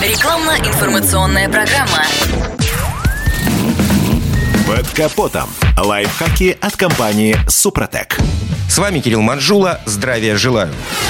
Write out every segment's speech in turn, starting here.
Рекламно-информационная программа. Под капотом. Лайфхаки от компании «Супротек». С вами Кирилл Манжула. Здравия желаю.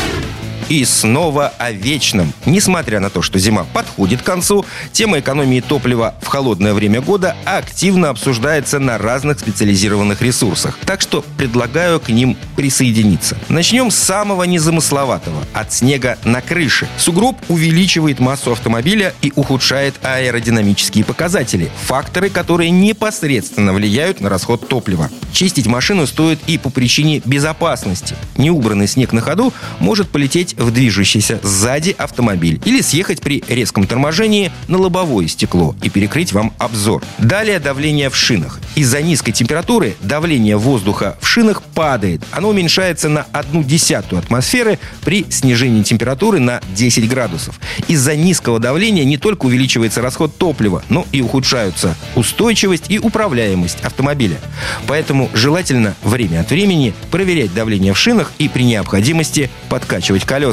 И снова о вечном. Несмотря на то, что зима подходит к концу, тема экономии топлива в холодное время года активно обсуждается на разных специализированных ресурсах. Так что предлагаю к ним присоединиться. Начнем с самого незамысловатого – от снега на крыше. Сугроб увеличивает массу автомобиля и ухудшает аэродинамические показатели. Факторы, которые непосредственно влияют на расход топлива. Чистить машину стоит и по причине безопасности. Неубранный снег на ходу может полететь в движущийся сзади автомобиль или съехать при резком торможении на лобовое стекло и перекрыть вам обзор. Далее давление в шинах. Из-за низкой температуры давление воздуха в шинах падает. Оно уменьшается на 0,1 атмосферы при снижении температуры на 10 градусов. Из-за низкого давления не только увеличивается расход топлива, но и ухудшаются устойчивость и управляемость автомобиля. Поэтому желательно время от времени проверять давление в шинах и при необходимости подкачивать колеса.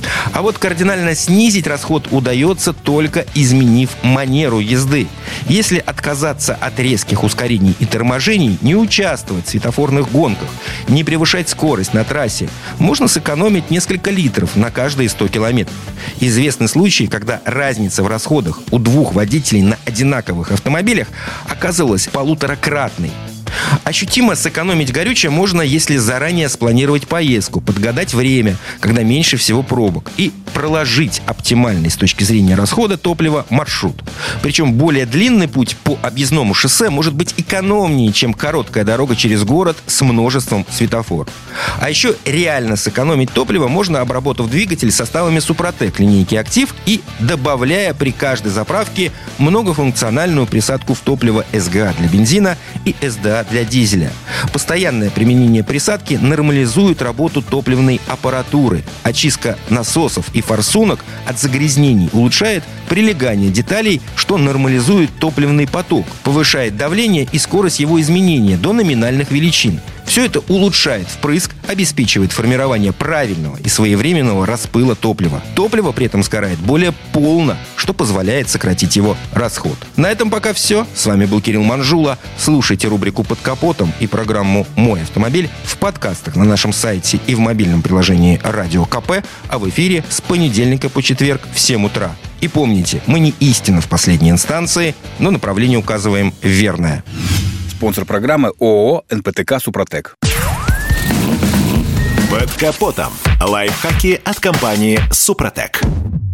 А вот кардинально снизить расход удается, только изменив манеру езды. Если отказаться от резких ускорений и торможений, не участвовать в светофорных гонках, не превышать скорость на трассе, можно сэкономить несколько литров на каждые 100 километров. Известны случаи, когда разница в расходах у двух водителей на одинаковых автомобилях оказывалась 1,5-кратной. Ощутимо сэкономить горючее можно, если заранее спланировать поездку, подгадать время, когда меньше всего пробок, и проложить оптимальный с точки зрения расхода топлива маршрут. Причем более длинный путь по объездному шоссе может быть экономнее, чем короткая дорога через город с множеством светофоров. А еще реально сэкономить топливо можно, обработав двигатель составами Супротек линейки «Актив» и добавляя при каждой заправке многофункциональную присадку в топливо СГА для бензина и СДА для дизеля. Постоянное применение присадки нормализует работу топливной аппаратуры. Очистка насосов и форсунок от загрязнений улучшает прилегание деталей, что нормализует топливный поток, повышает давление и скорость его изменения до номинальных величин. Все это улучшает впрыск, обеспечивает формирование правильного и своевременного распыла топлива. Топливо при этом сгорает более полно, что позволяет сократить его расход. На этом пока все. С вами был Кирилл Манжула. Слушайте рубрику «Под капотом» и программу «Мой автомобиль» в подкастах на нашем сайте и в мобильном приложении «Радио КП», а в эфире с понедельника по четверг в 7 утра. И помните, мы не истина в последней инстанции, но направление указываем верное. Спонсор программы ООО «НПТК Супротек». Под капотом. Лайфхаки от компании «Супротек».